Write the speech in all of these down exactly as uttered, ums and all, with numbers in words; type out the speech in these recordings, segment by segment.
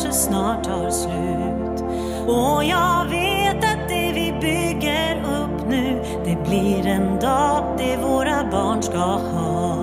kanske snart tar slut. Och jag vet att det vi bygger upp nu, det blir en dag det våra barn ska ha.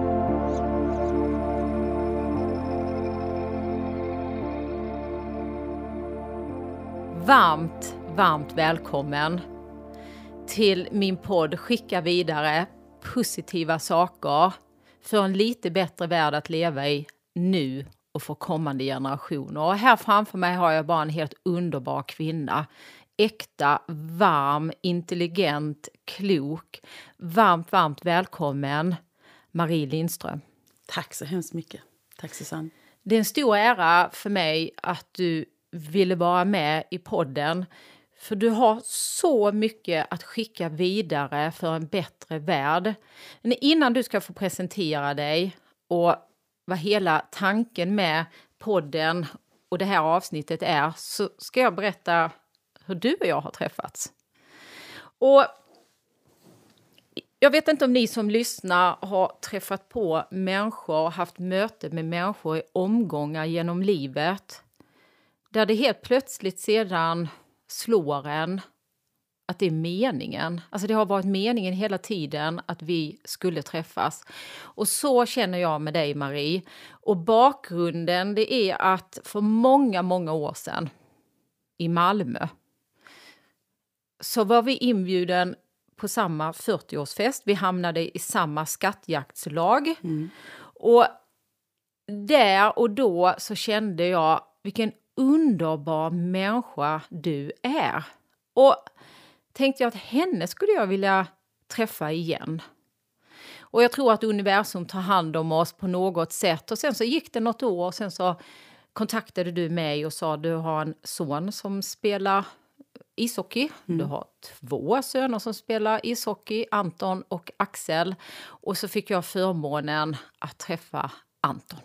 Varmt, varmt välkommen till min podd Skicka vidare positiva saker för en lite bättre värld att leva i nu och för kommande generationer. Och här framför mig har jag bara en helt underbar kvinna. Äkta, varm, intelligent, klok. Varmt, varmt välkommen Marie Lindström. Tack så hemskt mycket. Tack Susanne. Det är en stor ära för mig att du ville vara med i podden. För du har så mycket att skicka vidare för en bättre värld. Men innan du ska få presentera dig och vad hela tanken med podden och det här avsnittet är, så ska jag berätta hur du och jag har träffats. Och jag vet inte om ni som lyssnar har träffat på människor och haft möte med människor i omgångar genom livet. Där det helt plötsligt sedan slår en att det är meningen. Alltså det har varit meningen hela tiden att vi skulle träffas. Och så känner jag med dig Marie. Och bakgrunden det är att för många, många år sedan i Malmö så var vi inbjuden på samma fyrtioårsfest. Vi hamnade i samma skattjaktslag. Mm. Och där och då så kände jag vilken underbar människa du är. Och tänkte jag att henne skulle jag vilja träffa igen. Och jag tror att universum tar hand om oss på något sätt. Och sen så gick det något år och sen så kontaktade du mig och sa du har en son som spelar ishockey. Mm. Du har två söner som spelar ishockey, Anton och Axel. Och så fick jag förmånen att träffa Anton.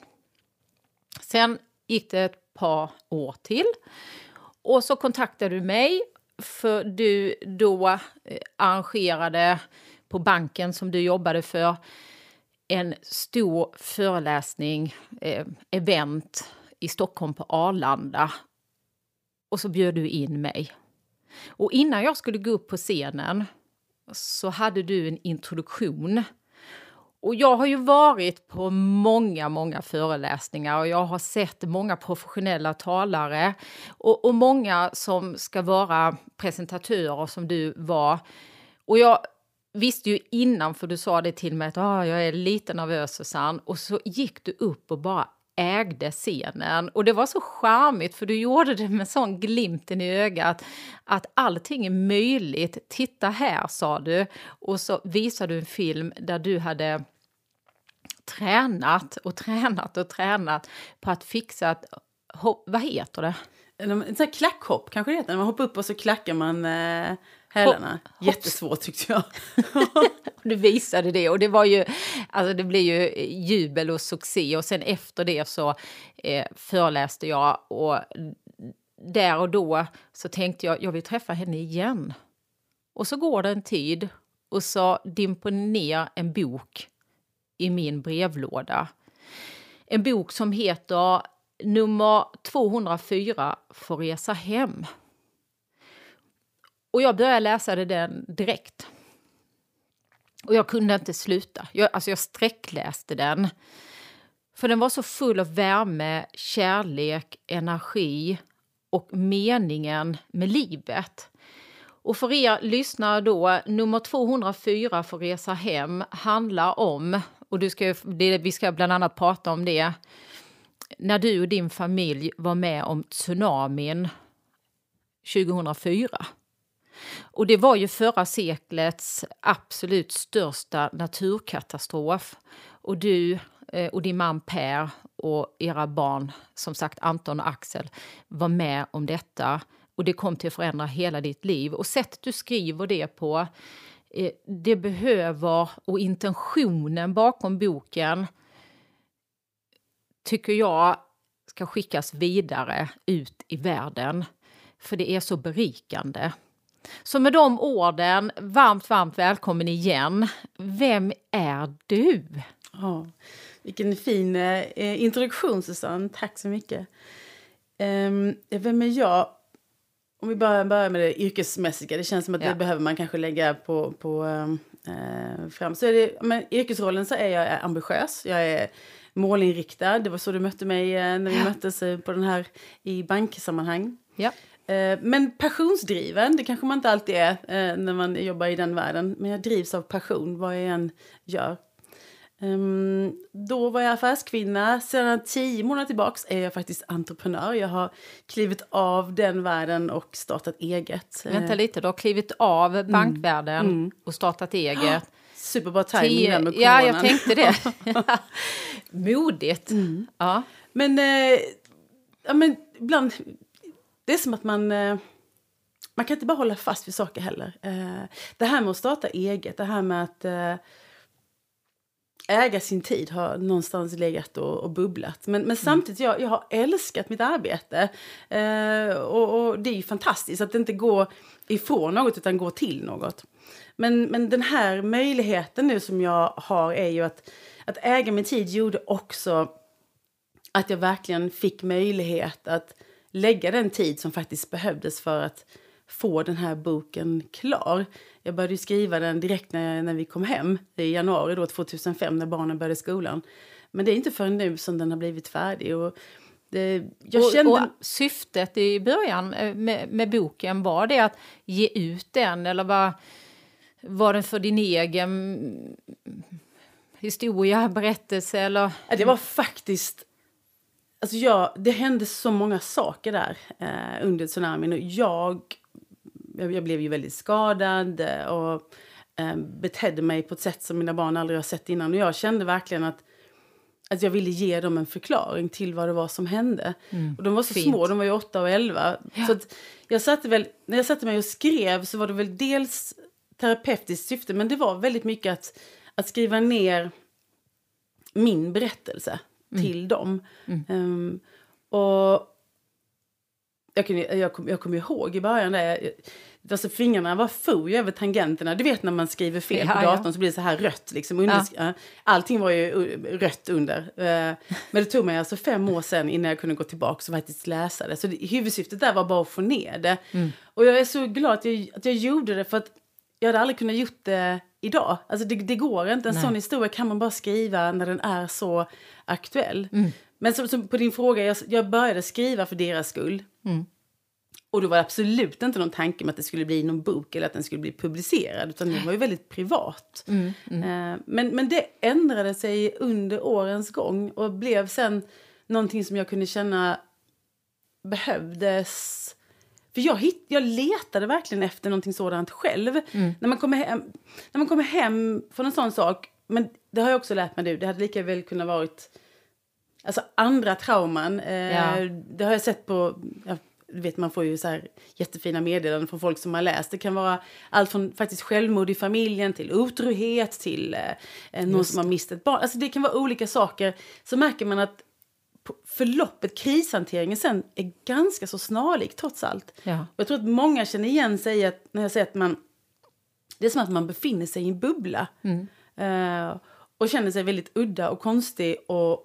Sen gick det ett par år till. Och så kontaktade du mig för du då eh, arrangerade på banken som du jobbade för en stor föreläsning, eh, event i Stockholm på Arlanda. Och så bjöd du in mig. Och innan jag skulle gå upp på scenen så hade du en introduktion. Och jag har ju varit på många, många föreläsningar och jag har sett många professionella talare och, och många som ska vara presentatörer som du var. Och jag visste ju innan, för du sa det till mig, att ah, jag är lite nervös Susanne. Och så gick du upp och bara ägde scenen. Och det var så charmigt för du gjorde det med sån glimten i ögat att allting är möjligt. Titta här, sa du. Och så visade du en film där du hade tränat och tränat och tränat på att fixa ett hopp, vad heter det? En sån här klackhopp kanske det heter. När man hoppar upp och så klackar man eh, hälarna. Hopp, Jättesvårt tyckte jag. Du visade det och det var ju, alltså det blev ju jubel och succé. Och sen efter det så eh, föreläste jag och där och då så tänkte jag, jag vill träffa henne igen. Och så går det en tid och så dimper ner en bok i min brevlåda. En bok som heter Nummer tvåhundrafyra får resa hem. Och jag började läsa den direkt. Och jag kunde inte sluta. Jag, alltså jag sträckläste den. För den var så full av värme, kärlek, energi och meningen med livet. Och för er lyssnare då, nummer tvåhundrafyra får resa hem handlar om, och du ska, det, vi ska bland annat prata om det, när du och din familj var med om tsunamin tjugohundrafyra. Och det var ju förra seklets absolut största naturkatastrof. Och du och din man Per och era barn, som sagt Anton och Axel, var med om detta. Och det kom till att förändra hela ditt liv. Och sättet du skriver det på, det behöver, och intentionen bakom boken tycker jag ska skickas vidare ut i världen. För det är så berikande. Så med de orden, varmt, varmt välkommen igen. Vem är du? Ja, vilken fin eh, introduktion Susanne, tack så mycket. Um, vem är jag? Om vi bara börjar med det yrkesmässiga. Det känns som att ja. det behöver man kanske lägga på, på uh, fram. Så är det, men yrkesrollen så är jag ambitiös. Jag är målinriktad. Det var så du mötte mig uh, när vi ja. möttes på den här i banksammanhang. Ja. Uh, men passionsdriven, det kanske man inte alltid är uh, när man jobbar i den världen. Men jag drivs av passion, vad jag än gör. Um, då var jag affärskvinna. Sedan tio månader tillbaks är jag faktiskt entreprenör. Jag har klivit av den världen och startat eget. Vänta lite, du har klivit av bankvärlden mm. Mm. och startat eget. Superbra timing där med coronan. Ja, jag tänkte det. Modigt. Mm. Ja. Men, eh, ja, men ibland, det är som att man... Eh, man kan inte bara hålla fast vid saker heller. Eh, det här med att starta eget, det här med att... Eh, äga sin tid har någonstans legat och, och bubblat. Men, men samtidigt, jag, jag har älskat mitt arbete. Eh, och, och det är ju fantastiskt att det inte går ifrån något utan går till något. Men, men den här möjligheten nu som jag har är ju att, att äga min tid gjorde också att jag verkligen fick möjlighet att lägga den tid som faktiskt behövdes för att få den här boken klar. Jag började skriva den direkt när, när vi kom hem i januari då, tjugohundrafem när barnen började skolan. Men det är inte förrän nu som den har blivit färdig. Och, det, jag och, kände... och syftet i början med, med boken, var det att ge ut den? Eller var, var den för din egen historia, berättelse? Eller? Ja, det var faktiskt... Alltså jag, det hände så många saker där eh, under tsunamin. Och jag... Jag blev ju väldigt skadad och eh, betedde mig på ett sätt som mina barn aldrig har sett innan. Och jag kände verkligen att, att jag ville ge dem en förklaring till vad det var som hände. Mm. Och de var så Fint. små, de var ju åtta och elva. Ja. Så att jag satte väl, när jag satte mig och skrev så var det väl dels terapeutiskt syfte. Men det var väldigt mycket att, att skriva ner min berättelse mm. till dem. Mm. Um, och... Jag, kunde, jag, kom, jag kommer ihåg i början där, alltså fingrarna var for över tangenterna. Du vet när man skriver fel ja, på datorn ja. så blir det så här rött. Liksom, under, ja. Allting var ju rött under. Men det tog mig alltså fem år sedan innan jag kunde gå tillbaka och faktiskt läsa det. Så det, huvudsyftet där var bara att få ner det. Mm. Och jag är så glad att jag, att jag gjorde det för att jag hade aldrig kunnat gjort det idag. Alltså det, det går inte. En Nej. sån historia kan man bara skriva när den är så aktuell. Mm. Men som, som på din fråga, jag, jag började skriva för deras skull. Mm. Och då var det absolut inte någon tanke med att det skulle bli någon bok eller att den skulle bli publicerad. Utan det var ju väldigt privat. Mm, mm. Eh, men, men det ändrade sig under årens gång och blev sen någonting som jag kunde känna behövdes. För jag, hitt, jag letade verkligen efter någonting sådant själv. Mm. När man kommer hem, när man kommer hem från en sån sak, men det har jag också lärt mig nu, det hade lika väl kunnat varit... Alltså andra trauman, eh, ja. det har jag sett på, ja, du vet man får ju så här jättefina meddelanden från folk som har läst. Det kan vara allt från faktiskt självmord i familjen till otrohet till eh, någon som har mist ett barn. Alltså det kan vara olika saker. Så märker man att förloppet, krishanteringen sen är ganska så snarlik trots allt. Ja. Jag tror att många känner igen sig att, när jag säger att man, det är som att man befinner sig i en bubbla. Mm. Eh, och känner sig väldigt udda och konstig och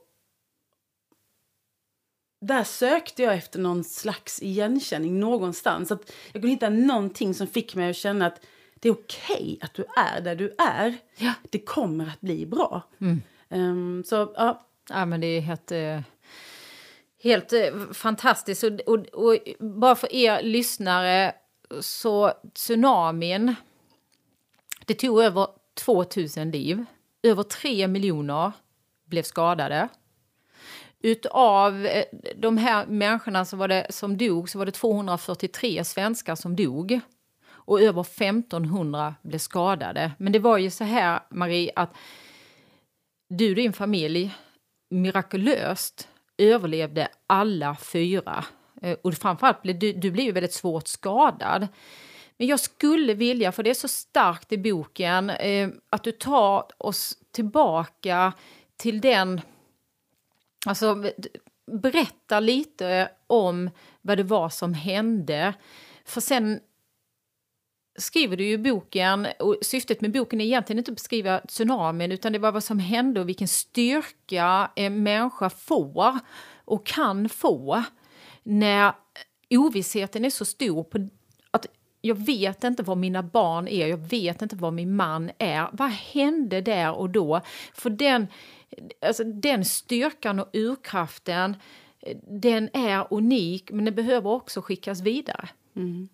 där sökte jag efter någon slags igenkänning någonstans. Att jag kunde hitta någonting som fick mig att känna att det är okej att du är där du är. Ja. Det kommer att bli bra. Mm. Um, så, ja. Ja, men det är helt, eh, helt eh, fantastiskt. Och, och, och bara för er lyssnare så tsunamin, det tog över tvåtusen liv. Över tre miljoner blev skadade. Utav de här människorna som, var det, som dog så var det tvåhundrafyrtiotre svenskar som dog. Och över femtonhundra blev skadade. Men det var ju så här, Marie, att du och din familj mirakulöst överlevde alla fyra. Och framförallt blev du, du blev ju väldigt svårt skadad. Men jag skulle vilja, för det är så starkt i boken, eh, att du tar oss tillbaka till den... Alltså, berätta lite om vad det var som hände. För sen skriver du ju boken, och syftet med boken är egentligen inte att beskriva tsunamin, utan det var vad som hände och vilken styrka en människa får och kan få när ovissheten är så stor på att jag vet inte vad mina barn är, jag vet inte vad min man är. Vad hände där och då? För den, alltså den styrkan och urkraften, den är unik, men den behöver också skickas vidare. Mm.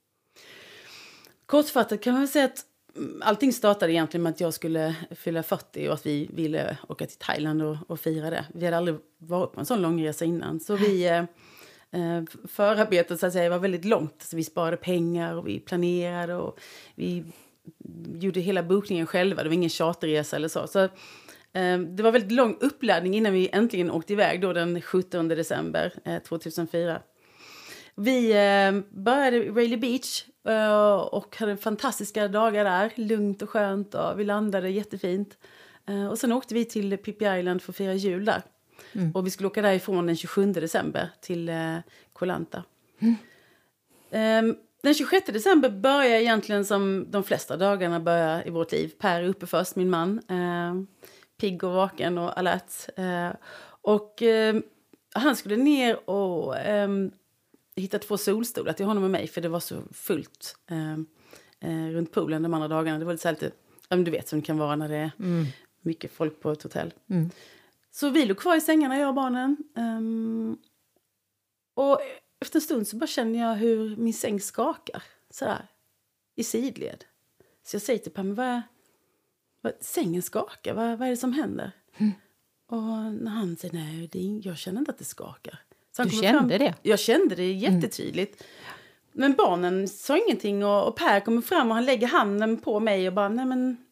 Kortfattat kan man säga att allting startade egentligen med att jag skulle fylla fyrtio och att vi ville åka till Thailand och, och fira det. Vi hade aldrig varit på en sån lång resa innan. Så vi, eh, förarbetet så att säga var väldigt långt. Så vi sparade pengar och vi planerade och vi gjorde hela bokningen själva. Det var ingen charterresa eller så. Så eh, det var väldigt lång uppladdning innan vi äntligen åkte iväg då den sjuttonde december eh, tvåtusenfyra. Vi eh, började i Railay Beach eh, och hade fantastiska dagar där. Lugnt och skönt och vi landade jättefint. Eh, och sen åkte vi till Phi Phi Island för att fira jul där. Mm. Och vi skulle åka därifrån den tjugosjunde december till eh, Koh Lanta. Mm. Eh, den tjugosjätte december börjar egentligen som de flesta dagarna börjar i vårt liv. Per är uppe först, min man. Eh, pigg och vaken och alert. Eh, och eh, han skulle ner och... Eh, hittade två solstolar till honom och mig för det var så fullt eh, eh, runt poolen de andra dagarna. Det var lite så här lite, ja, men du vet som det kan vara när det är mm. mycket folk på ett hotell. Mm. Så vi låg kvar i sängarna, jag och barnen. Um, och efter en stund så bara känner jag hur min säng skakar sådär i sidled. Så jag säger till Pam, vad är, vad, sängen skakar, vad, vad är det som händer? Mm. Och när han säger, nej, det är, jag känner inte att det skakar. Du kände fram, det? Jag kände det jättetydligt. Mm. Men barnen sa ingenting och, och Per kommer fram och han lägger handen på mig och bara, nej men, nej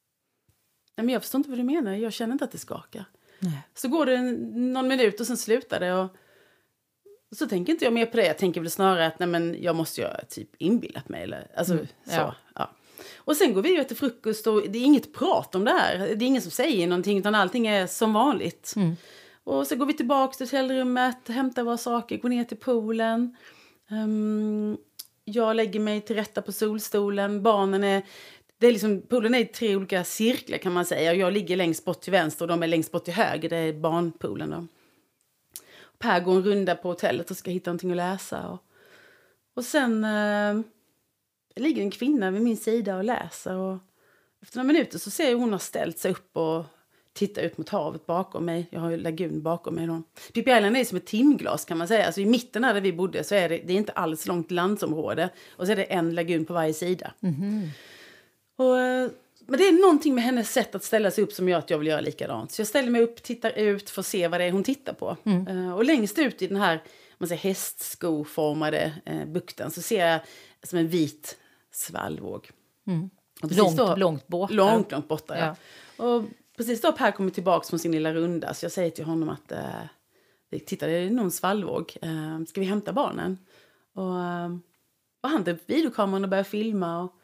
men jag förstår inte vad du menar, jag känner inte att det skakar. Nej. Så går det någon minut och sen slutar det och så tänker inte jag mer på det. Jag tänker väl snarare att nej men jag måste ju typ inbillat mig eller, alltså mm. så, ja. ja. Och sen går vi ut till frukost och det är inget prat om det här. Det är ingen som säger någonting utan allting är som vanligt. Mm. Och så går vi tillbaka till hotellrummet, hämtar våra saker, går ner till poolen. Um, jag lägger mig till rätta på solstolen. Barnen är, det är liksom, poolen är i tre olika cirklar kan man säga. Jag ligger längst bort till vänster och de är längst bort till höger. Det är barnpoolen då. Per går en runda på hotellet och ska hitta någonting att läsa. Och, och sen uh, ligger en kvinna vid min sida och läser. Och efter några minuter så ser jag hon har ställt sig upp och titta ut mot havet bakom mig. Jag har ju lagun bakom mig då. Phi Phi Island är som ett timglas kan man säga. Alltså i mitten där vi bodde så är det, det är inte alls långt landsområde. Och så är det en lagun på varje sida. Mm-hmm. Och, men det är någonting med hennes sätt att ställa sig upp som gör att jag vill göra likadant. Så jag ställer mig upp, tittar ut för att se vad det är hon tittar på. Mm. Uh, och längst ut i den här man säger, hästskoformade uh, bukten så ser jag som en vit svallvåg. Mm. Långt, då, långt borta. Långt, långt borta, ja. ja. Och precis då Per kommer tillbaka från sin lilla runda så jag säger till honom att eh, titta, det är någon svallvåg. Eh, ska vi hämta barnen? Och, eh, och han tar upp videokameran och börjar filma. Och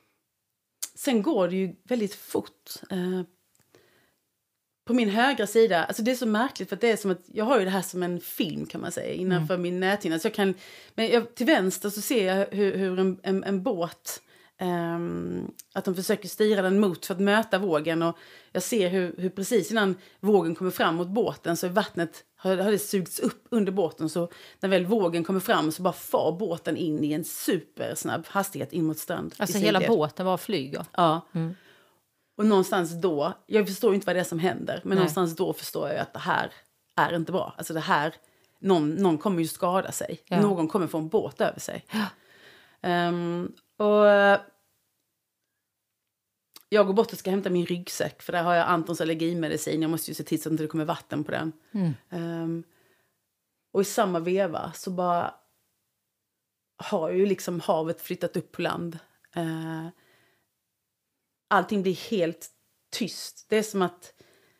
sen går det ju väldigt fort. Eh, på min högra sida, alltså det är så märkligt för att det är som att jag har ju det här som en film kan man säga innanför mm. min näthinna. Så jag kan, men jag, till vänster så ser jag hur, hur en, en, en båt Um, att de försöker styra den mot för att möta vågen och jag ser hur, hur precis innan vågen kommer fram mot båten så vattnet har, har det sugits upp under båten så när väl vågen kommer fram så bara far båten in i en supersnabb hastighet in mot strand. Alltså hela båten var flyger? Ja. Mm. Och någonstans då, jag förstår inte vad det är som händer men Nej. någonstans då förstår jag att det här är inte bra. Alltså det här, någon, någon kommer ju skada sig. Ja. Någon kommer få en båt över sig. Ja. Um, och jag går bort och ska hämta min ryggsäck för där har jag Antons allergimedicin. Jag måste ju se till så att det inte kommer vatten på den. Mm. Um, och i samma veva så bara har ju liksom havet flyttat upp på land. Uh, allting blir helt tyst. Det är som att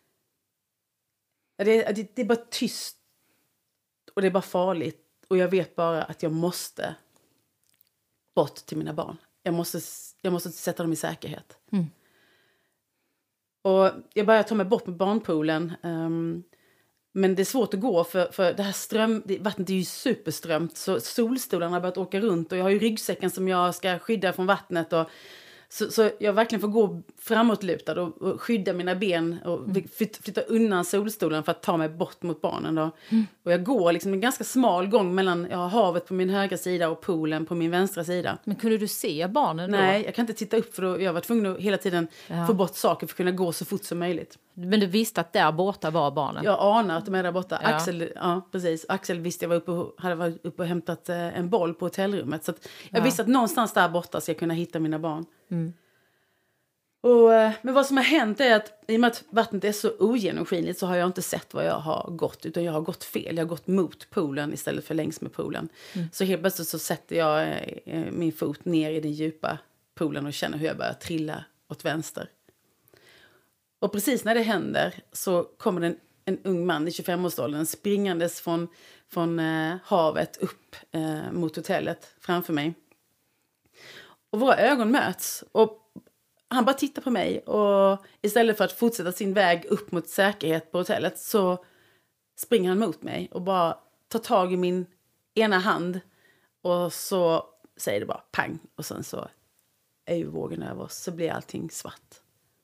det är, det är bara tyst och det är bara farligt. Och jag vet bara att jag måste bort till mina barn. Jag måste, jag måste sätta dem i säkerhet. Mm. Och jag börjar ta mig bort med barnpoolen. Um, men det är svårt att gå för, för det här ström, det, vattnet är ju superströmt. Så solstolarna har börjat åka runt. Och jag har ju ryggsäcken som jag ska skydda från vattnet. Och, Så, så jag verkligen får gå framåtlutad och, och skydda mina ben och mm. flytta, flytta undan solstolen för att ta mig bort mot barnen. Då. Mm. Och jag går liksom en ganska smal gång mellan jag har havet på min högra sida och poolen på min vänstra sida. Men kunde du se barnen då? Nej, jag kan inte titta upp för då, jag var tvungen att hela tiden ja. få bort saker för att kunna gå så fort som möjligt. Men du visste att där borta var barnen? Jag anar att de är där borta. Ja. Axel, ja, precis. Axel visste jag var uppe och, hade varit uppe och hämtat eh, en boll på hotellrummet. Så att jag ja. visste att någonstans där borta ska jag kunna hitta mina barn. Mm. Och, eh, men vad som har hänt är att i och med att vattnet är så ogenomskinligt så har jag inte sett vad jag har gått. Utan jag har gått fel. Jag har gått mot poolen istället för längs med poolen. Mm. Så helt plötsligt så sätter jag eh, min fot ner i den djupa poolen och känner hur jag börjar trilla åt vänster. Och precis när det händer så kommer en, en ung man i tjugofem-årsåldern springandes från, från eh, havet upp eh, mot hotellet framför mig. Och våra ögon möts och han bara tittar på mig och istället för att fortsätta sin väg upp mot säkerhet på hotellet så springer han mot mig och bara tar tag i min ena hand och så säger det bara pang och sen så är ju vågen över oss så blir allting svart.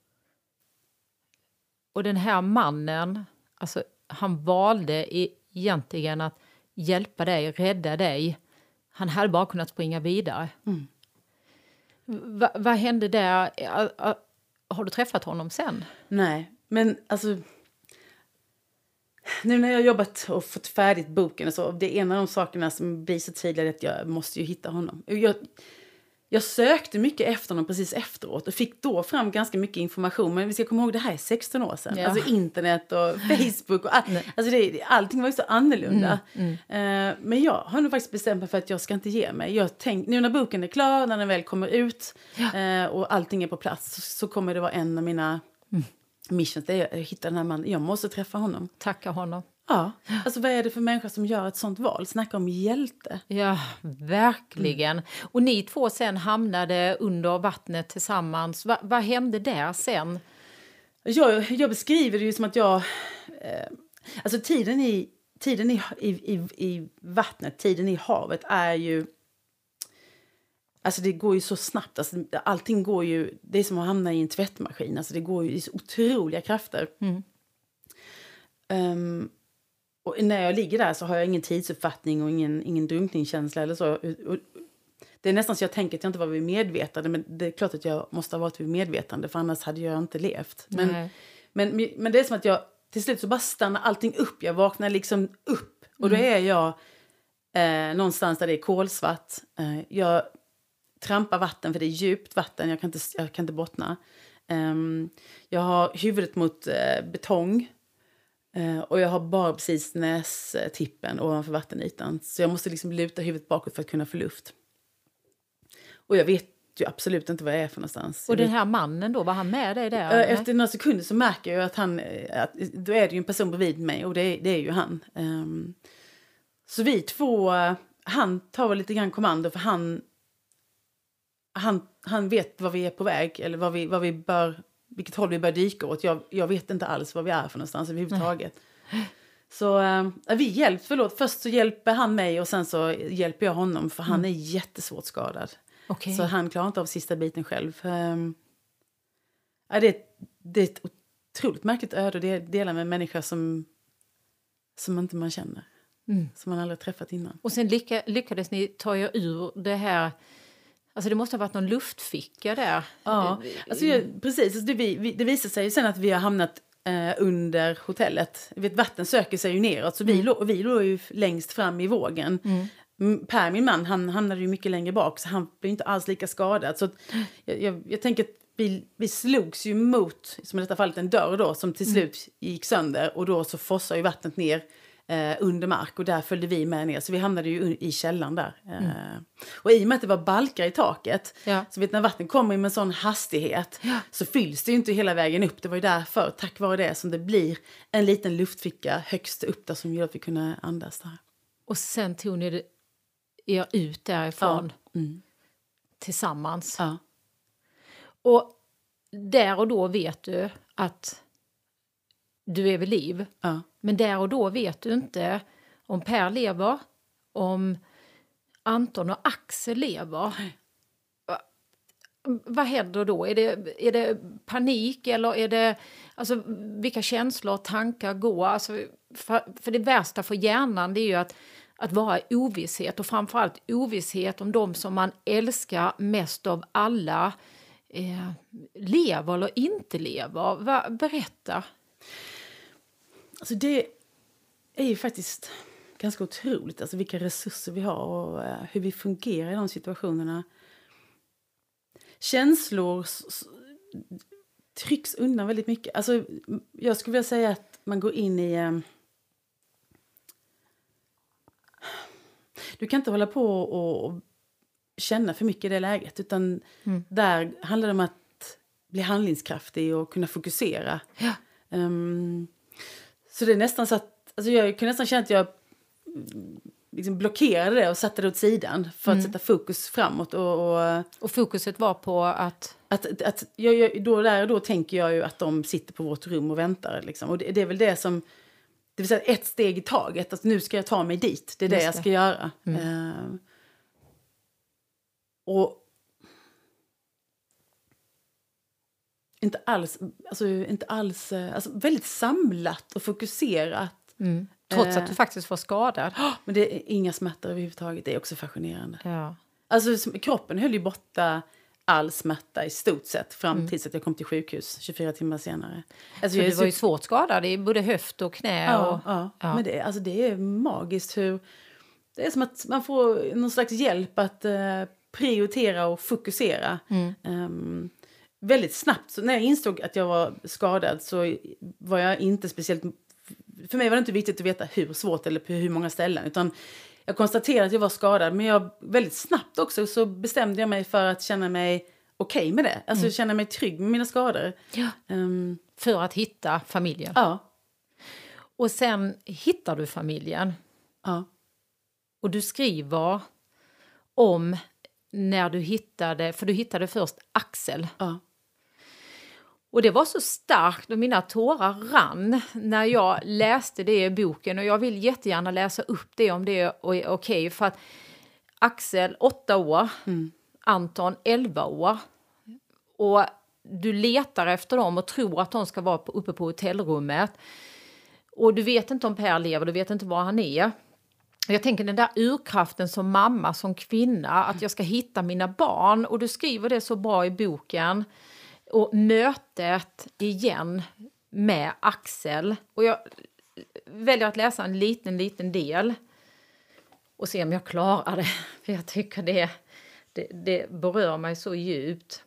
Och den här mannen, alltså han valde egentligen att hjälpa dig, rädda dig. Han hade bara kunnat springa vidare. Mm. Va, vad hände där? Har du träffat honom sen? Nej, men alltså... Nu när jag har jobbat och fått färdigt boken så det är en av de sakerna som blir så tydligt att jag måste ju hitta honom. Jag... Jag sökte mycket efter honom precis efteråt och fick då fram ganska mycket information. Men vi ska komma ihåg, det här är sexton år sedan. Ja. Alltså internet och Facebook. Och all, alltså det, allting var ju så annorlunda. Mm, mm. Uh, men jag har nog faktiskt bestämt mig för att jag ska inte ge mig. Jag tänk, nu när boken är klar, när den väl kommer ut ja. uh, och allting är på plats så, så kommer det vara en av mina mm. missions. Det är att hitta den här mannen. Jag måste träffa honom. Tacka honom. Ja, alltså vad är det för människor som gör ett sånt val? Snacka om hjälte. Ja, verkligen. Mm. Och ni två sen hamnade under vattnet tillsammans. Va, vad hände där sen? Jag, jag beskriver det ju som att jag... Eh, alltså tiden, i, tiden i, i, i, i vattnet, tiden i havet är ju... Alltså det går ju så snabbt. Alltså, allting går ju... Det är som att hamna i en tvättmaskin. Alltså det går ju i så otroliga krafter. Mm. Um, Och när jag ligger där så har jag ingen tidsuppfattning och ingen, ingen drunkningskänsla eller så. Och det är nästan så jag tänker att jag inte var vid medvetande. Men det är klart att jag måste ha varit vid medvetande. För annars hade jag inte levt. Men, men, men det är som att jag till slut så bara stannar allting upp. Jag vaknar liksom upp. Och då är jag eh, någonstans där det är kolsvart. Eh, jag trampar vatten för det är djupt vatten. Jag kan inte, jag kan inte bottna. Eh, jag har huvudet mot eh, betong. Uh, och jag har bara precis nästippen ovanför vattenytan. Så jag måste liksom luta huvudet bakåt för att kunna få luft. Och jag vet ju absolut inte vad jag är för någonstans. Och den här mannen då, var han med dig där? Uh, efter några sekunder så märker jag att han... Att, då är det ju en person bredvid mig och det, det är ju han. Um, så vi två... Uh, han tar väl lite grann kommando för han... Han, han vet var vi är på väg eller vad vi, vad vi bör... vilket håll vi bör dyka åt. Jag, jag vet inte alls var vi är för någonstans överhuvudtaget. Nej. Så äh, vi hjälper, förlåt. Först så hjälper han mig och sen så hjälper jag honom. För han är mm. jättesvårt skadad. Okay. Så han klarar inte av sista biten själv. Ähm, ja, det, det är ett otroligt märkligt öde. Det delar med människor som, som inte man känner. Mm. Som man aldrig träffat innan. Och sen lycka, lyckades ni ta er ur det här... Alltså det måste ha varit någon luftficka där. Ja, alltså, precis. Alltså, det, vi, det visar sig ju sen att vi har hamnat eh, under hotellet. Vet, vatten söker sig ju neråt. Så mm. vi, lå, vi låg ju längst fram i vågen. Mm. Per, min man, han hamnade ju mycket längre bak. Så han blev inte alls lika skadad. Så jag, jag, jag tänker att vi, vi slogs ju mot, som i detta fallet en dörr då. Som till slut mm. gick sönder. Och då så fossar ju vattnet ner. Eh, under mark och där följde vi med ner så vi hamnade ju i källan där eh, mm. och i och med att det var balkar i taket ja. Så vet när vatten kommer med en sån hastighet ja. Så fylls det ju inte hela vägen upp. Det var ju därför, tack vare det som det blir en liten luftficka högst upp där som gör att vi kunde andas där. Och sen tog ni er ut därifrån ja. mm. tillsammans ja. Och där och då vet du att du är vid liv. Ja. Men där och då vet du inte om Per lever, om Anton och Axel lever. vad händer då? Är det, är det panik eller är det... Alltså, vilka känslor och tankar går? Alltså, för, för det värsta för hjärnan det är ju att, att vara i ovisshet. Och framförallt ovisshet om de som man älskar mest av alla eh, lever eller inte lever. Va, berätta. Alltså det är ju faktiskt ganska otroligt. Alltså vilka resurser vi har och uh, hur vi fungerar i de situationerna. Känslor s- trycks undan väldigt mycket. Alltså, jag skulle vilja säga att man går in i... Um, du kan inte hålla på och, och känna för mycket i det läget. Utan mm. där handlar det om att bli handlingskraftig och kunna fokusera. Ja. Um, så det är nästan så att... Alltså jag kan nästan känna att jag liksom blockerade det och satte det åt sidan för att mm. sätta fokus framåt. Och, och, och fokuset var på att... att, att jag, jag, då, där och då tänker jag ju att de sitter på vårt rum och väntar. Liksom. Och det, det är väl det som... Det vill säga ett steg i taget. Att nu ska jag ta mig dit. Det är Just det jag ska det. göra. Mm. Uh, och... Inte alls... Alltså, inte alls alltså, väldigt samlat och fokuserat. Mm. Trots att du faktiskt var skadad. Men det är inga smärtor överhuvudtaget. Det är också fascinerande. Ja. Alltså kroppen höll ju borta all smärta i stort sett. Fram mm. tills att jag kom till sjukhus tjugofyra timmar senare. Alltså, så jag du var ju svårt skadad i både höft och knä. Ja, och, ja. ja. Men det, alltså, det är magiskt hur... Det är som att man får någon slags hjälp att uh, prioritera och fokusera. Mm. Um, väldigt snabbt. Så när jag insåg att jag var skadad så var jag inte speciellt... För mig var det inte viktigt att veta hur svårt eller på hur många ställen. Utan jag konstaterade att jag var skadad. Men jag väldigt snabbt också så bestämde jag mig för att känna mig okej okay med det. Alltså mm. känna mig trygg med mina skador. Ja. Um, för att hitta familjen. Ja. Och sen hittar du familjen. Ja. Och du skriver om när du hittade... För du hittade först Axel. Ja. Och det var så starkt och mina tårar rann när jag läste det i boken. Och jag vill jättegärna läsa upp det om det är okej. Okay, för att Axel, åtta år. Mm. Anton, elva år. Och du letar efter dem och tror att de ska vara uppe på hotellrummet. Och du vet inte om Per lever, du vet inte var han är. Jag tänker den där urkraften som mamma, som kvinna. Att jag ska hitta mina barn. Och du skriver det så bra i boken. Och mötet igen med Axel. Och jag väljer att läsa en liten, liten del. Och se om jag klarar det. För jag tycker det, det, det berör mig så djupt.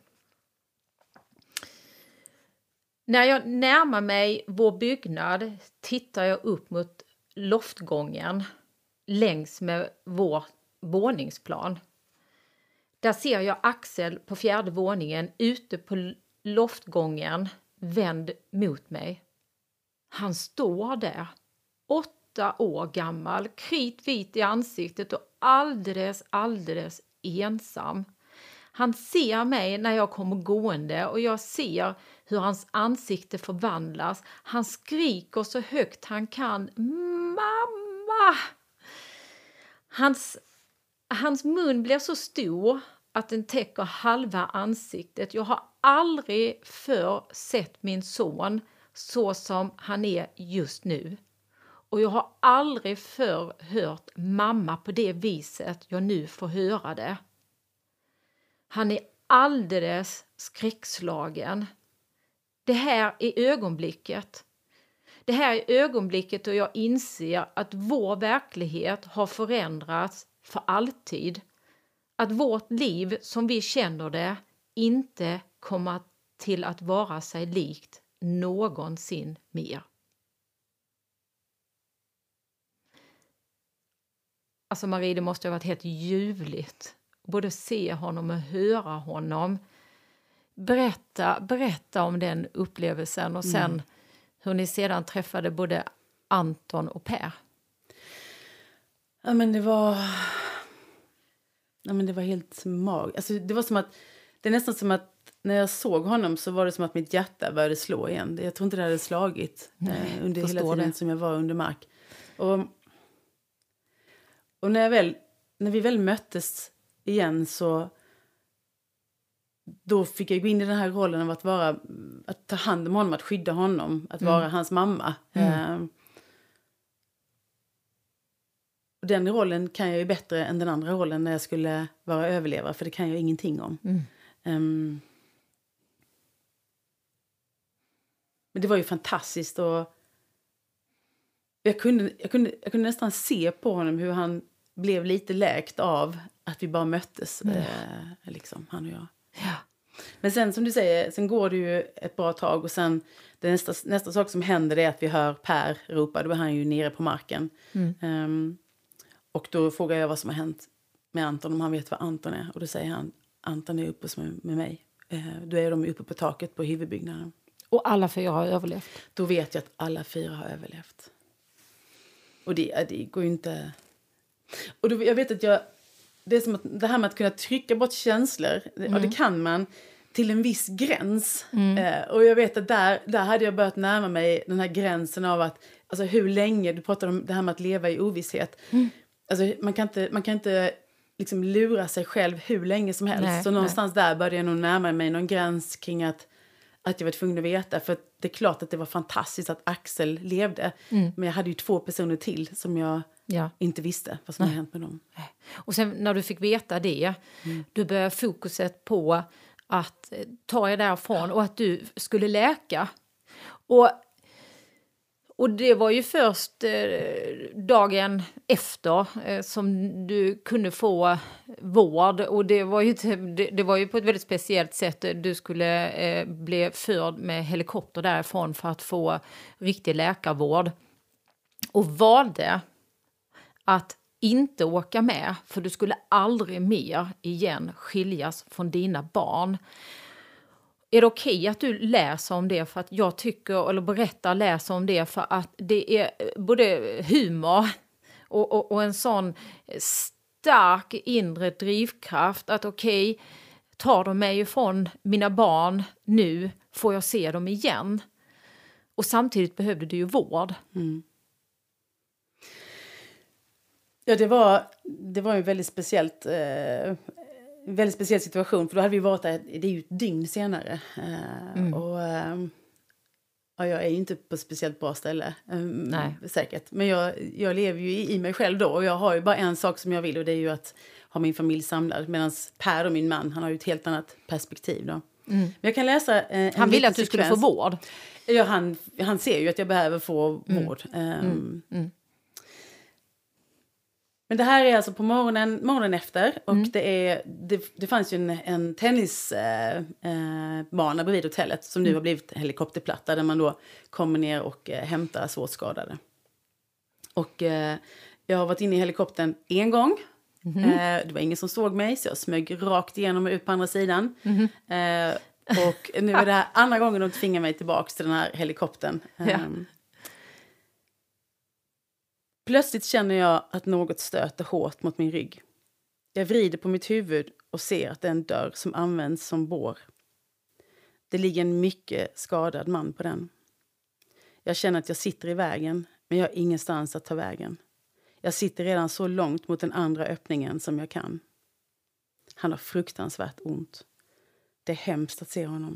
När jag närmar mig vår byggnad tittar jag upp mot loftgången längs med vår våningsplan. Där ser jag Axel på fjärde våningen ute på loftgången vänd mot mig. Han står där, åtta år gammal, kritvit i ansiktet och alldeles, alldeles ensam. Han ser mig när jag kommer gående och jag ser hur hans ansikte förvandlas. Han skriker så högt han kan. Mamma! Hans, hans mun blir så stor att den täcker halva ansiktet. Jag har aldrig förr sett min son så som han är just nu. Och jag har aldrig förr hört mamma på det viset jag nu får höra det. Han är alldeles skräckslagen. Det här är ögonblicket. Det här är ögonblicket då jag inser att vår verklighet har förändrats för alltid. Att vårt liv som vi känner det inte kommer till att vara sig likt någonsin mer. Alltså Marie, det måste ha varit helt ljuvligt. Både se honom och höra honom. Berätta, berätta om den upplevelsen och sen mm. hur ni sedan träffade både Anton och Per. Ja, men det var... Ja, men det var helt magiskt. Alltså, det var som att... Det är nästan som att när jag såg honom så var det som att mitt hjärta började slå igen. Jag tror inte det hade slagit Nej, eh, under hela tiden det. som jag var under mark. Och, och när, jag väl, när vi väl möttes igen så... då fick jag gå in i den här rollen av att vara, att ta hand om honom, att skydda honom, att vara mm. hans mamma. Mm. Uh, och den rollen kan jag ju bättre än den andra rollen när jag skulle vara överlevare, för det kan jag ingenting om. Mm. Um, men det var ju fantastiskt, och jag kunde, jag kunde, jag kunde nästan se på honom hur han blev lite läkt av att vi bara möttes, mm. eh, liksom, han och jag. Ja. Men sen som du säger, sen går det ju ett bra tag, och sen det nästa, nästa sak som händer är att vi hör Per ropa, då är han ju nere på marken. Mm. Um, och då frågar jag vad som har hänt med Anton, om han vet vad Anton är. Och då säger han, Anton är uppe med, med mig. Uh, då är de uppe på taket på huvudbyggnaden. Och alla fyra har överlevt? Då vet jag att alla fyra har överlevt. Och det, det går ju inte... Och då, jag vet att jag... Det är som att det här med att kunna trycka bort känslor, mm. och det kan man till en viss gräns. Mm. Eh, och jag vet att där, där hade jag börjat närma mig den här gränsen av att, alltså hur länge, du pratade om det här med att leva i ovisshet. Mm. Alltså man kan inte, man kan inte liksom lura sig själv hur länge som helst. Nej, så någonstans nej. Där började jag nog närma mig någon gräns kring att, att jag var tvungen att veta. För det är klart att det var fantastiskt att Axel levde. Mm. Men jag hade ju två personer till som jag... Ja. Inte visste vad som hade hänt med dem. Och sen när du fick veta det, mm. du började fokuset på att ta er därifrån och att du skulle läka. Och, och det var ju först eh, dagen efter eh, som du kunde få vård. Och det var ju, det, det var ju på ett väldigt speciellt sätt. Du skulle eh, bli förd med helikopter därifrån för att få riktig läkarvård. Och valde att inte åka med, för du skulle aldrig mer igen skiljas från dina barn. Är det okej att du läser om det? För att jag tycker, eller berättar, läser om det, för att det är både humor och, och, och en sån stark inre drivkraft att okej, tar de mig ifrån mina barn nu, får jag se dem igen. Och samtidigt behövde du ju vård. Mm. Ja, det var, det var en väldigt, speciellt, eh, väldigt speciell situation. För då hade vi varit där, det är ju ett dygn senare. Eh, mm. Och eh, ja, jag är ju inte på ett speciellt bra ställe, eh, Nej. säkert. Men jag, jag lever ju i, i mig själv då. Och jag har ju bara en sak som jag vill, och det är ju att ha min familj samlad. Medan Per och min man, han har ju ett helt annat perspektiv då. Mm. Men jag kan läsa eh, en Han ville att du sekvens. skulle få vård. Ja, han, han ser ju att jag behöver få mm. vård. Eh, mm. Mm. Men det här är alltså på morgonen, morgonen efter, och mm. det, är, det, det fanns ju en, en tennisbana eh, bredvid hotellet som nu mm. har blivit helikopterplatta, där man då kommer ner och eh, hämtar svårt skadade. Och eh, jag har varit inne i helikoptern en gång. Mm. Eh, det var ingen som såg mig, så jag smög rakt igenom och ut på andra sidan. Mm. Eh, och nu är det här andra gången de tvingar mig tillbaka till den här helikoptern. Ja. Eh, Plötsligt känner jag att något stöter hårt mot min rygg. Jag vrider på mitt huvud och ser att det är en dörr som används som bår. Det ligger en mycket skadad man på den. Jag känner att jag sitter i vägen, men jag har ingenstans att ta vägen. Jag sitter redan så långt mot den andra öppningen som jag kan. Han har fruktansvärt ont. Det är hemskt att se honom.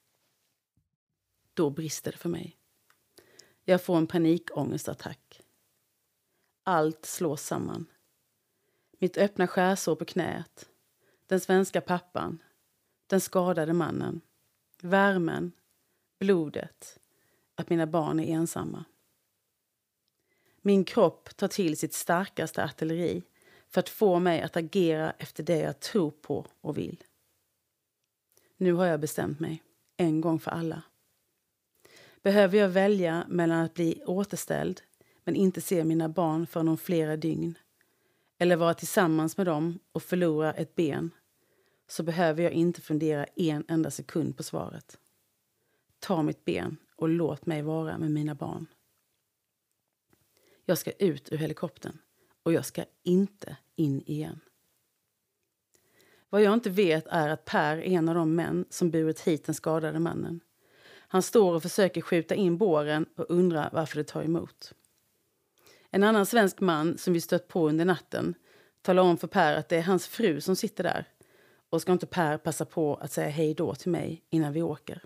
Då brister det för mig. Jag får en panikångestattack. Allt slås samman. Mitt öppna skärsår på knät. Den svenska pappan. Den skadade mannen. Värmen. Blodet. Att mina barn är ensamma. Min kropp tar till sitt starkaste artilleri för att få mig att agera efter det jag tror på och vill. Nu har jag bestämt mig. En gång för alla. Behöver jag välja mellan att bli återställd men inte se mina barn för någon flera dygn, eller vara tillsammans med dem och förlora ett ben, så behöver jag inte fundera en enda sekund på svaret. Ta mitt ben och låt mig vara med mina barn. Jag ska ut ur helikoptern och jag ska inte in igen. Vad jag inte vet är att Per är en av de män som burit hit den skadade mannen. Han står och försöker skjuta in båren och undrar varför det tar emot. En annan svensk man som vi stött på under natten talar om för Per att det är hans fru som sitter där Och ska inte Per passa på att säga hej då till mig innan vi åker?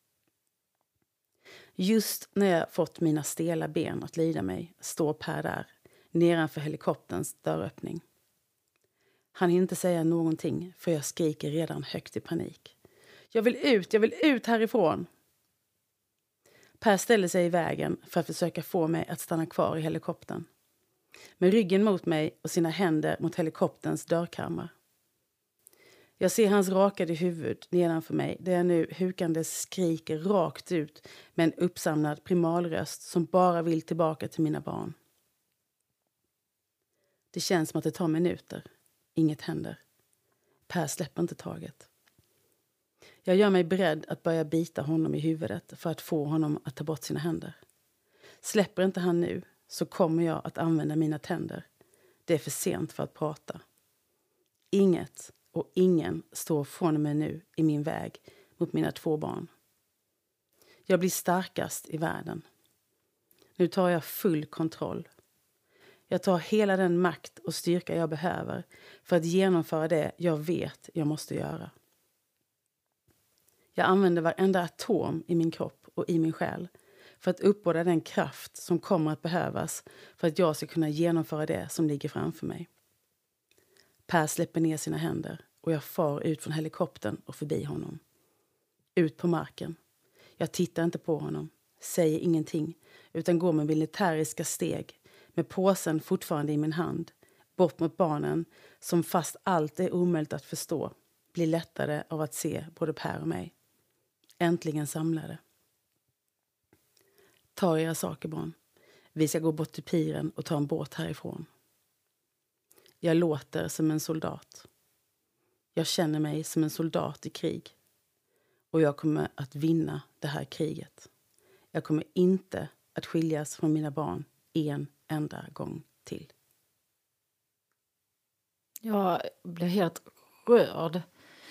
Just när jag fått mina stela ben att lida mig står Per där, nedanför helikopterns dörröppning. Han hinner inte säga någonting för jag skriker redan högt i panik. Jag vill ut, jag vill ut härifrån! Per ställer sig i vägen för att försöka få mig att stanna kvar i helikoptern. Med ryggen mot mig och sina händer mot helikopterns dörrkammare. Jag ser hans rakade huvud nedanför mig där jag nu hukande skriker rakt ut med en uppsamlad primalröst som bara vill tillbaka till mina barn. Det känns som att det tar minuter. Inget händer. Per släpper inte taget. Jag gör mig beredd att börja bita honom i huvudet för att få honom att ta bort sina händer. Släpper inte han nu så kommer jag att använda mina tänder. Det är för sent för att prata. Inget och ingen står från mig nu i min väg mot mina två barn. Jag blir starkast i världen. Nu tar jag full kontroll. Jag tar hela den makt och styrka jag behöver för att genomföra det jag vet jag måste göra. Jag använder varenda atom i min kropp och i min själ för att uppbåda den kraft som kommer att behövas för att jag ska kunna genomföra det som ligger framför mig. Per släpper ner sina händer och jag far ut från helikoptern och förbi honom. Ut på marken. Jag tittar inte på honom, säger ingenting utan går med militäriska steg med påsen fortfarande i min hand, bort mot barnen som fast allt är omöjligt att förstå blir lättare av att se både Per och mig. Äntligen samlade. Ta era saker, barn. Vi ska gå bort till piren och ta en båt härifrån. Jag låter som en soldat. Jag känner mig som en soldat i krig. Och jag kommer att vinna det här kriget. Jag kommer inte att skiljas från mina barn en enda gång till. Jag blir helt rörd.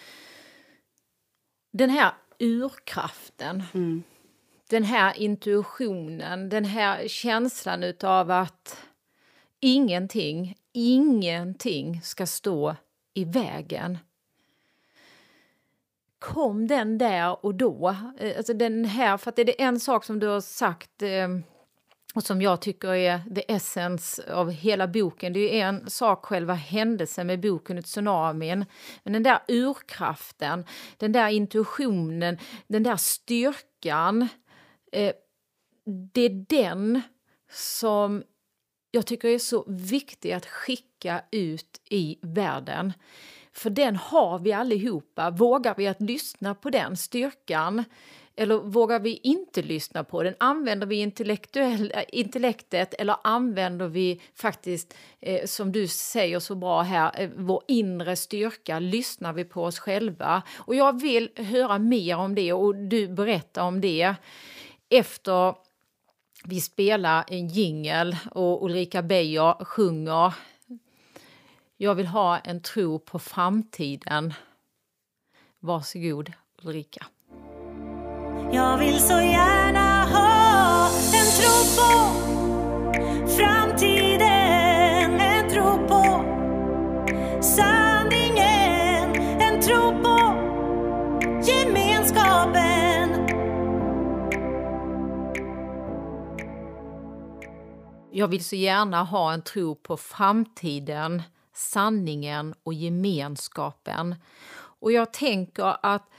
Den här urkraften, mm. den här intuitionen, den här känslan utav att ingenting, ingenting ska stå i vägen. Kom den där och då? Alltså den här, för att det är en sak som du har sagt och som jag tycker är the essence av hela boken. Det är en sak själva händelsen med boken Tsunamin. Men den där urkraften, den där intuitionen, den där styrkan. Eh, det är den som jag tycker är så viktig att skicka ut i världen. För den har vi allihopa. Vågar vi att lyssna på den styrkan? Eller vågar vi inte lyssna på den? Använder vi intellektuell, intellektet eller använder vi faktiskt, eh, som du säger så bra här, eh, vår inre styrka? Lyssnar vi på oss själva? Och jag vill höra mer om det och du berättar om det efter vi spelar en jingle och Ulrika Beijer sjunger Jag vill ha en tro på framtiden. Varsågod Ulrika. Jag vill så gärna ha en tro på framtiden, en tro på sanningen, en tro på gemenskapen. Jag vill så gärna ha en tro på framtiden, sanningen och gemenskapen. Och jag tänker att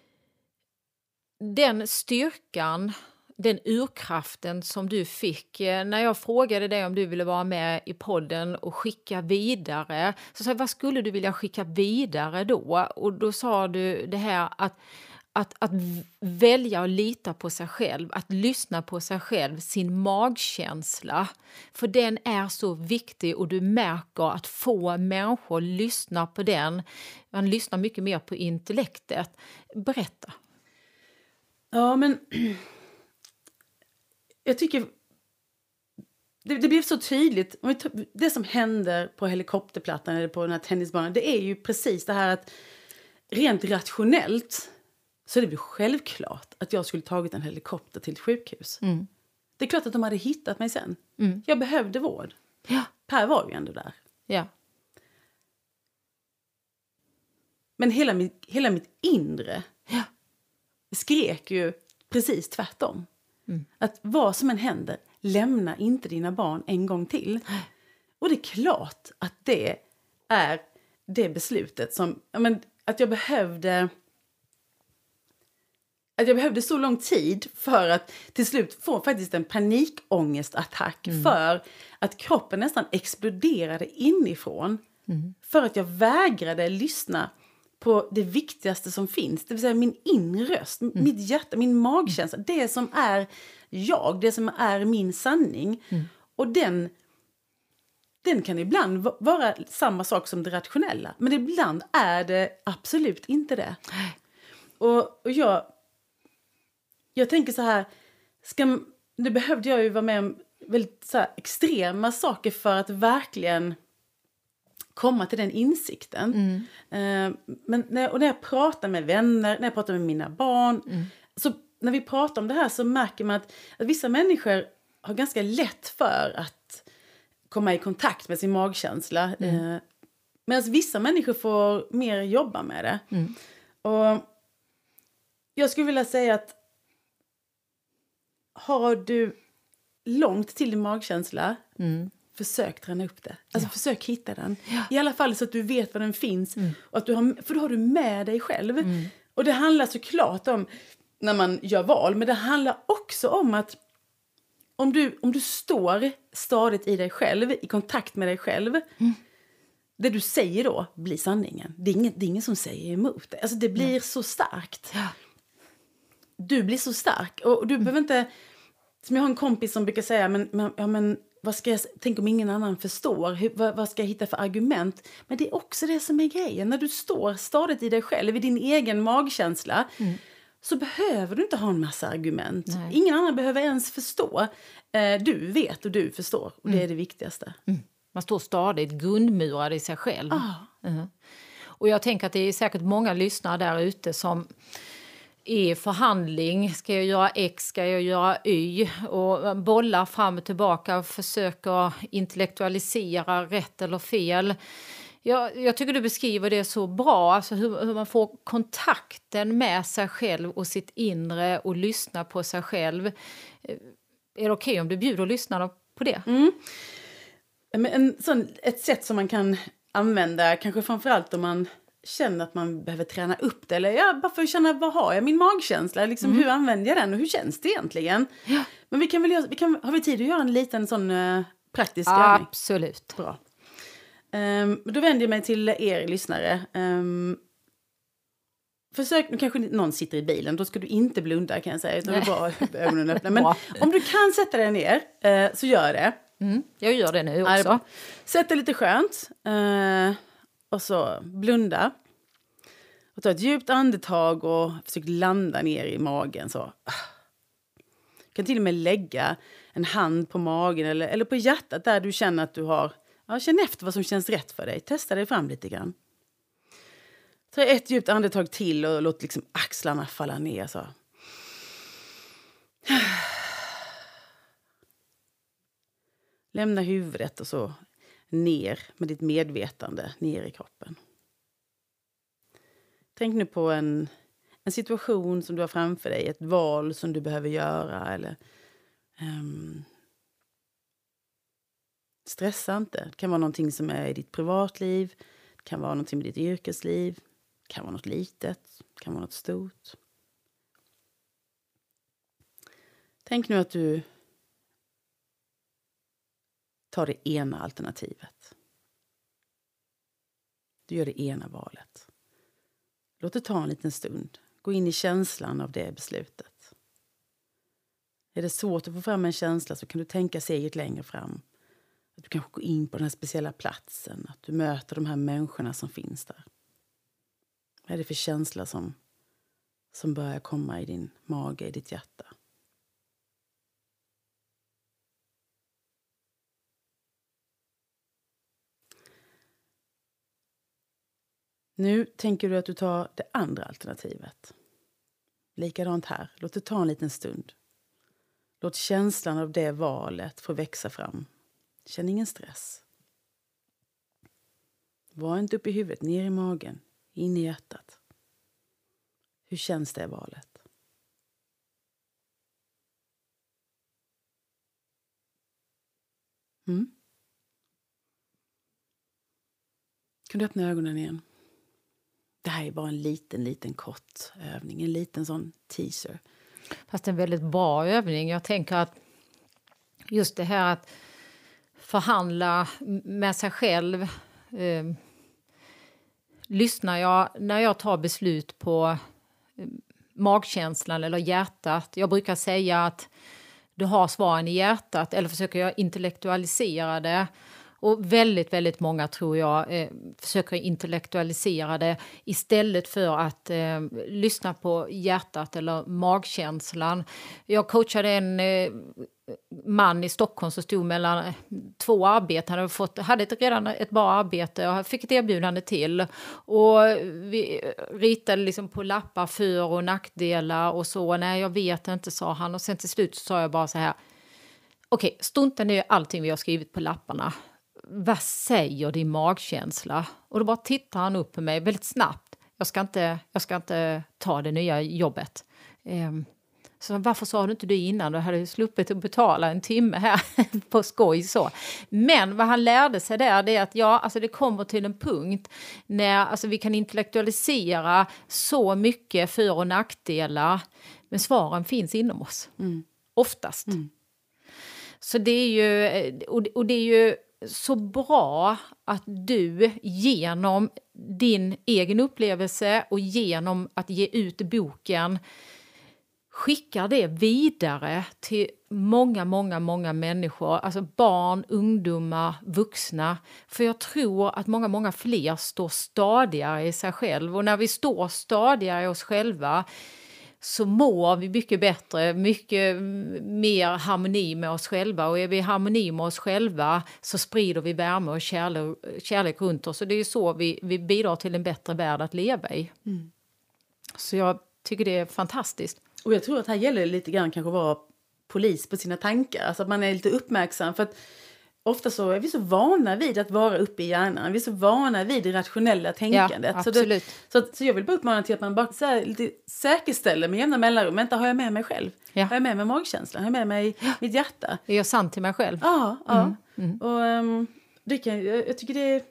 den styrkan, den urkraften som du fick när jag frågade dig om du ville vara med i podden och skicka vidare, så sa jag, vad skulle du vilja skicka vidare då? Och då sa du det här att, att, att välja och lita på sig själv, att lyssna på sig själv, sin magkänsla. För den är så viktig och du märker att få människor lyssnar på den. Man lyssnar mycket mer på intellektet. Berätta. Ja, men jag tycker det, det blev så tydligt. Det som händer på helikopterplattan eller på den här tennisbanan, det är ju precis det här att rent rationellt så är det väl självklart att jag skulle tagit en helikopter till ett sjukhus. Mm. Det är klart att de hade hittat mig sen. Mm. Jag behövde vård. Ja. Per var ju ändå där. Ja. Men hela mitt, hela mitt inre Ja. skrek ju precis tvärtom. Mm. Att vad som än händer, lämna inte dina barn en gång till. Och det är klart att det är det beslutet som... Ja, men, att jag behövde... Att jag behövde så lång tid för att till slut få faktiskt en panikångestattack. Mm. För att kroppen nästan exploderade inifrån. Mm. För att jag vägrade lyssna på det viktigaste som finns. Det vill säga min inre röst, mm. mitt hjärta, min magkänsla. Det som är jag, det som är min sanning. Mm. Och den, den kan ibland vara samma sak som det rationella. Men ibland är det absolut inte det. Och, och jag... Jag tänker så här, ska, det behövde jag ju vara med om väldigt så här extrema saker för att verkligen komma till den insikten. Mm. Uh, men när, och när jag pratar med vänner, när jag pratar med mina barn, mm. så när vi pratar om det här så märker man att, att vissa människor har ganska lätt för att komma i kontakt med sin magkänsla. Mm. Uh, medan vissa människor får mer jobba med det. Mm. Och jag skulle vilja säga att har du långt till din magkänsla, mm. försök träna upp det. Alltså ja. försök hitta den. Ja. I alla fall så att du vet var den finns. Mm. Och att du har, för då har du med dig själv. Mm. Och det handlar såklart om när man gör val. Men det handlar också om att om du, om du står stadigt i dig själv, i kontakt med dig själv. Mm. Det du säger då blir sanningen. Det är ingen, det är ingen som säger emot det. Alltså det blir ja. så starkt. Ja. Du blir så stark. Och du mm. behöver inte... Som jag har en kompis som brukar säga, men, men, ja, men vad ska jag... Tänk om ingen annan förstår. Hur, vad, vad ska jag hitta för argument? Men det är också det som är grejen. När du står stadigt i dig själv, i din egen magkänsla, mm. så behöver du inte ha en massa argument. Nej. Ingen annan behöver ens förstå. Eh, du vet och du förstår. Och mm. det är det viktigaste. Mm. Man står stadigt, grundmurad i sig själv. Ah. Mm. Och jag tänker att det är säkert många lyssnare där ute som... i förhandling, ska jag göra X, ska jag göra Y, och bollar fram och tillbaka och försöker intellektualisera rätt eller fel. Jag, jag tycker du beskriver det så bra, alltså hur, hur man får kontakten med sig själv och sitt inre och lyssna på sig själv. Är det okej okay om du bjuder lyssnarna på det? Mm. Men en sån, ett sätt som man kan använda, kanske framförallt om man känner att man behöver träna upp det. Eller ja, bara för att känna, vad har jag min magkänsla? Liksom, mm. hur använder jag den och hur känns det egentligen? Ja. Men vi kan väl göra, vi kan, har vi tid att göra en liten sån uh, praktisk övning? Absolut. Bra. Um, då vänder jag mig till er lyssnare. Um, försök, nu kanske någon sitter i bilen, då ska du inte blunda kan jag säga. Utan det är bara ögonen öppna. Men om du kan sätta dig ner, uh, så gör det. Mm. Jag gör det nu också. Sätt dig lite skönt. Uh, Och så blunda. Och ta ett djupt andetag och försök landa ner i magen. Så. Du kan till och med lägga en hand på magen eller, eller på hjärtat där du känner att du har... Ja, känn efter vad som känns rätt för dig. Testa dig fram lite grann. Ta ett djupt andetag till och låt liksom axlarna falla ner. Så. Lämna huvudet och så... ner med ditt medvetande, ner i kroppen. Tänk nu på en, en situation som du har framför dig, ett val som du behöver göra. Eller, um, stressa inte. Det kan vara någonting som är i ditt privatliv. Det kan vara någonting i ditt yrkesliv. Det kan vara något litet. Det kan vara något stort. Tänk nu att du ta det ena alternativet. Du gör det ena valet. Låt det ta en liten stund. Gå in i känslan av det beslutet. Är det svårt att få fram en känsla så kan du tänka steget längre fram. Att du kanske går in på den här speciella platsen. Att du möter de här människorna som finns där. Vad är det för känsla som, som börjar komma i din mage, i ditt hjärta? Nu tänker du att du tar det andra alternativet. Likadant här. Låt det ta en liten stund. Låt känslan av det valet få växa fram. Känn ingen stress. Var inte uppe i huvudet, ner i magen. in i hjärtat. Hur känns det valet? Mm. Kan du öppna ögonen igen? Det här är bara en liten, liten kort övning. En liten sån teaser. Fast en väldigt bra övning. Jag tänker att just det här att förhandla med sig själv. Eh, lyssnar jag när jag tar beslut på eh, magkänslan eller hjärtat. Jag brukar säga att du har svaren i hjärtat, eller försöker jag intellektualisera det. Och väldigt, väldigt många tror jag eh, försöker intellektualisera det istället för att eh, lyssna på hjärtat eller magkänslan. Jag coachade en eh, man i Stockholm som stod mellan två arbeten. Han hade, fått, hade ett, redan ett bra arbete och fick ett erbjudande till. Och vi ritade liksom på lappar för- och nackdelar och så. Nej, jag vet inte, sa han. Och sen till slut så sa jag bara så här. Okej, strunta nu allting vi har skrivit på lapparna. Vad säger din magkänsla? Och då bara tittar han upp på mig väldigt snabbt. Jag ska inte, jag ska inte ta det nya jobbet. Um, så varför sa du inte det innan? Du hade sluppit att betala en timme här på skoj så. Men vad han lärde sig där, det är att ja, alltså det kommer till en punkt när alltså vi kan intellektualisera så mycket för- och nackdelar. Men svaren finns inom oss. Mm. Oftast. Mm. Så det är ju, och det är ju så bra att du genom din egen upplevelse och genom att ge ut boken skickar det vidare till många, många, många människor. Alltså barn, ungdomar, vuxna. För jag tror att många, många fler står stadigare i sig själv. Och när vi står stadigare i oss själva så mår vi mycket bättre, mycket mer harmoni med oss själva. Och är vi i harmoni med oss själva så sprider vi värme och kärlek, kärlek runt oss. Och det är ju så vi, vi bidrar till en bättre värld att leva i. Mm. Så jag tycker det är fantastiskt. Och jag tror att här gäller det lite grann kanske att vara polis på sina tankar. Alltså att man är lite uppmärksam. För att ofta så är vi så vana vid att vara uppe i hjärnan. Vi är så vana vid det rationella tänkandet. Ja, så, det, så, så jag vill bara uppmana till att man bara så här, lite säkerställer med jämna mellanrum. Vänta, har jag med mig själv? Ja. Har jag med mig magkänslan? Har jag med mig ja. mitt hjärta? Är jag sant till mig själv? Ja, ja. Mm. Mm. Och um, det kan, jag, jag tycker det är...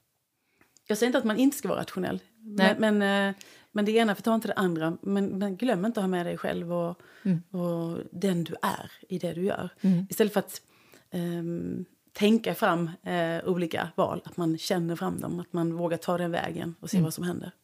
Jag säger inte att man inte ska vara rationell. Nej. Men, men, uh, men det ena förtar inte det andra. Men, men glöm inte att ha med dig själv och, mm. och den du är i det du gör. Mm. Istället för att... Um, tänka fram eh, olika val. Att man känner fram dem. Att man vågar ta den vägen och se mm. vad som händer.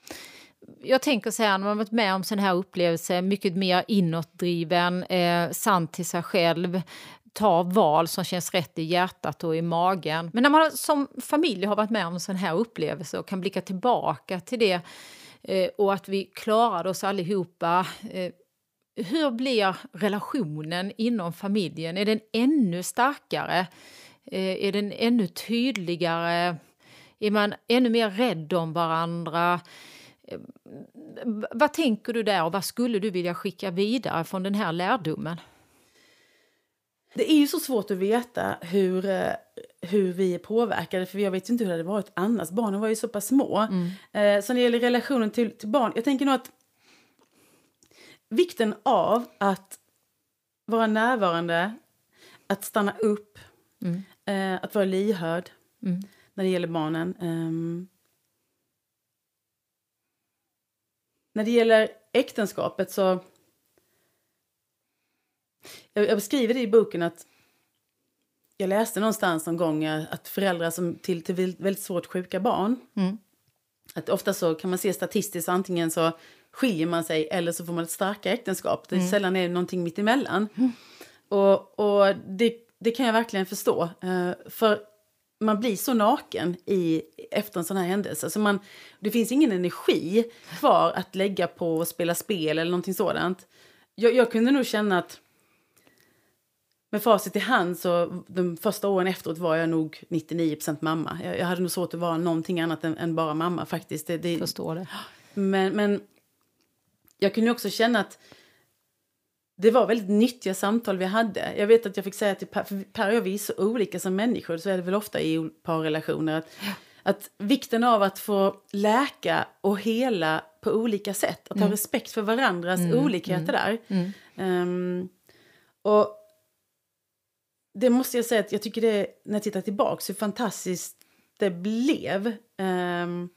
Jag tänker så här, när man varit med om sån här upplevelse, mycket mer inåtdriven, eh, sant till sig själv, ta val som känns rätt i hjärtat och i magen. Men när man som familj har varit med om sån här upplevelse och kan blicka tillbaka till det eh, och att vi klarade oss allihopa. Eh, hur blir relationen inom familjen? Är den ännu starkare? Eh, är den ännu tydligare? Är man ännu mer rädd om varandra? Eh, vad tänker du där och vad skulle du vilja skicka vidare från den här lärdomen? Det är ju så svårt att veta hur, hur vi är påverkade. För jag vet inte hur det hade varit annars. Barnen var ju så pass små. Mm. Eh, så när det gäller relationen till, till barn. Jag tänker nog att vikten av att vara närvarande, att stanna upp, mm. eh, att vara lyhörd mm. när det gäller barnen. Um, när det gäller äktenskapet så... Jag, jag beskriver det i boken att jag läste någonstans någon gång att föräldrar som till, till väldigt svårt sjuka barn, mm. att ofta så kan man se statistiskt antingen så skiljer man sig eller så får man ett starkare äktenskap. Det är mm. sällan är det någonting mitt emellan. Mm. Och, och det, det kan jag verkligen förstå. Uh, för man blir så naken i, efter en sån här händelse. Så man, det finns ingen energi kvar att lägga på att spela spel eller någonting sådant. Jag, jag kunde nog känna att med facit i hand så de första åren efteråt var jag nog nittionio procent mamma. Jag, jag hade nog svårt att vara någonting annat än, än bara mamma faktiskt. Det, det, Förstår det. Men... men jag kunde också känna att det var väldigt nyttiga samtal vi hade. Jag vet att jag fick säga till Per, för Per och jag, vi är så olika som människor, så är det väl ofta i parrelationer att, att vikten av att få läka och hela på olika sätt. Att mm. ha respekt för varandras mm. olikheter där. Mm. Um, och det måste jag säga att jag tycker det, när jag tittar tillbaka, så fantastiskt det blev. Um,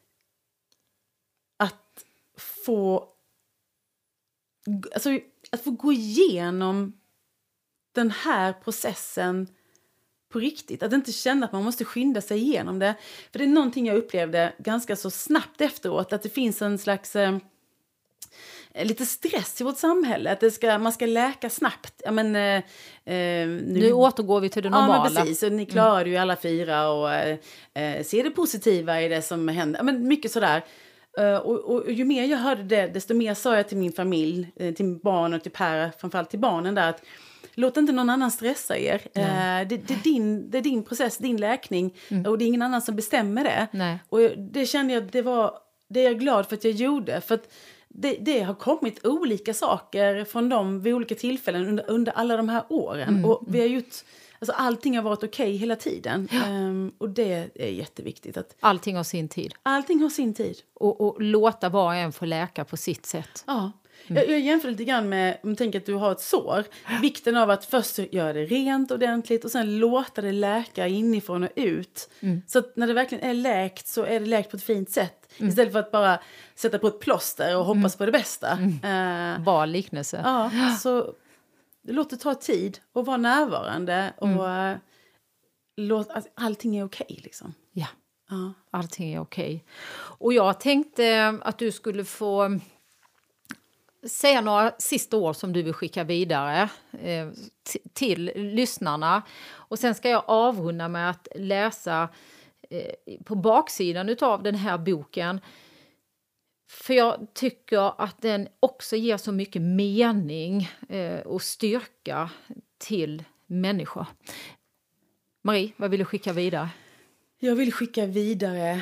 att få alltså, att få gå igenom den här processen på riktigt. Att inte känna att man måste skynda sig igenom det. För det är någonting jag upplevde ganska så snabbt efteråt. Att det finns en slags eh, lite stress i vårt samhälle. Att det ska, man ska läka snabbt. Ja, men, eh, nu, nu återgår vi till det normala. Ja, men precis. Och ni klarar mm. ju alla fyra och eh, ser det positiva i det som händer. Ja, men mycket sådär. Uh, och, och, och ju mer jag hörde det, desto mer sa jag till min familj, eh, till barn och till Per, framförallt till barnen där, att låt inte någon annan stressa er. Uh, det, det, är din, det är din process, din läkning mm. och det är ingen annan som bestämmer det. Nej. Och det kände jag, det var det är jag glad för att jag gjorde. För att det, det har kommit olika saker från dem vid olika tillfällen under, under alla de här åren. Mm. Och vi har gjort... Alltså allting har varit okej hela tiden. Ja. Um, och det är jätteviktigt. Att allting har sin tid. Allting har sin tid. Och, och låta var och en få läka på sitt sätt. Ja. Mm. Jag, jag jämför lite grann med, om du tänker att du har ett sår. Vikten av att först göra det rent ordentligt och sen låta det läka inifrån och ut. Mm. Så att när det verkligen är läkt så är det läkt på ett fint sätt. Mm. Istället för att bara sätta på ett plåster och hoppas mm. på det bästa. Mm. Uh, Bara liknelse. Ja, så... Låt det ta tid och vara närvarande och mm. låt, alltså, allting är okej liksom. Ja, ja. Allting är okej. Och jag tänkte att du skulle få säga några sista ord som du vill skicka vidare eh, t- till lyssnarna. Och sen ska jag avrunda med att läsa eh, på baksidan av den här boken. För jag tycker att den också ger så mycket mening eh, och styrka till människor. Marie, vad vill du skicka vidare? Jag vill skicka vidare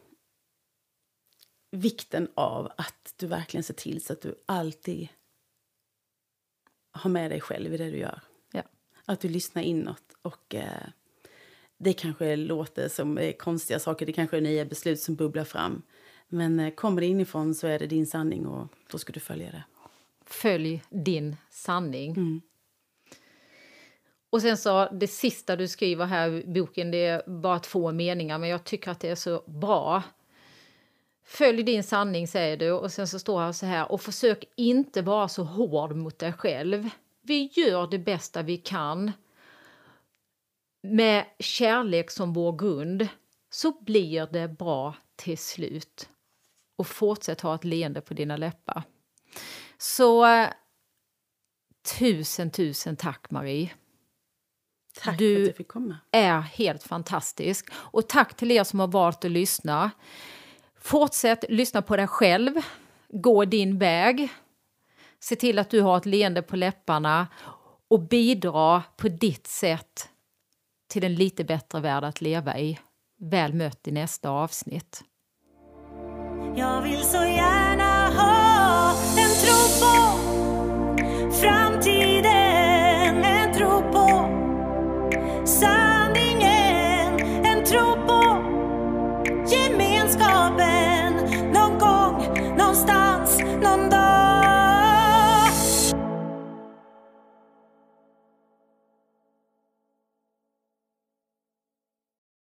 vikten av att du verkligen ser till så att du alltid har med dig själv i det du gör. Ja. Att du lyssnar inåt och eh, det kanske låter som eh, konstiga saker, det kanske är nya beslut som bubblar fram. Men kommer det inifrån så är det din sanning och då ska du följa det. Följ din sanning. Mm. Och sen så, det sista du skriver här i boken, det är bara två meningar, men jag tycker att det är så bra. Följ din sanning, säger du, och sen så står det så här: och försök inte vara så hård mot dig själv. Vi gör det bästa vi kan. Med kärlek som vår grund så blir det bra till slut. Och fortsätt ha ett leende på dina läppar. Så tusen, tusen tack, Marie. Tack du för att du fick komma. Du är helt fantastisk. Och tack till er som har valt att lyssna. Fortsätt lyssna på dig själv. Gå din väg. Se till att du har ett leende på läpparna. Och bidra på ditt sätt till en lite bättre värld att leva i. Väl mött i nästa avsnitt. Jag vill så gärna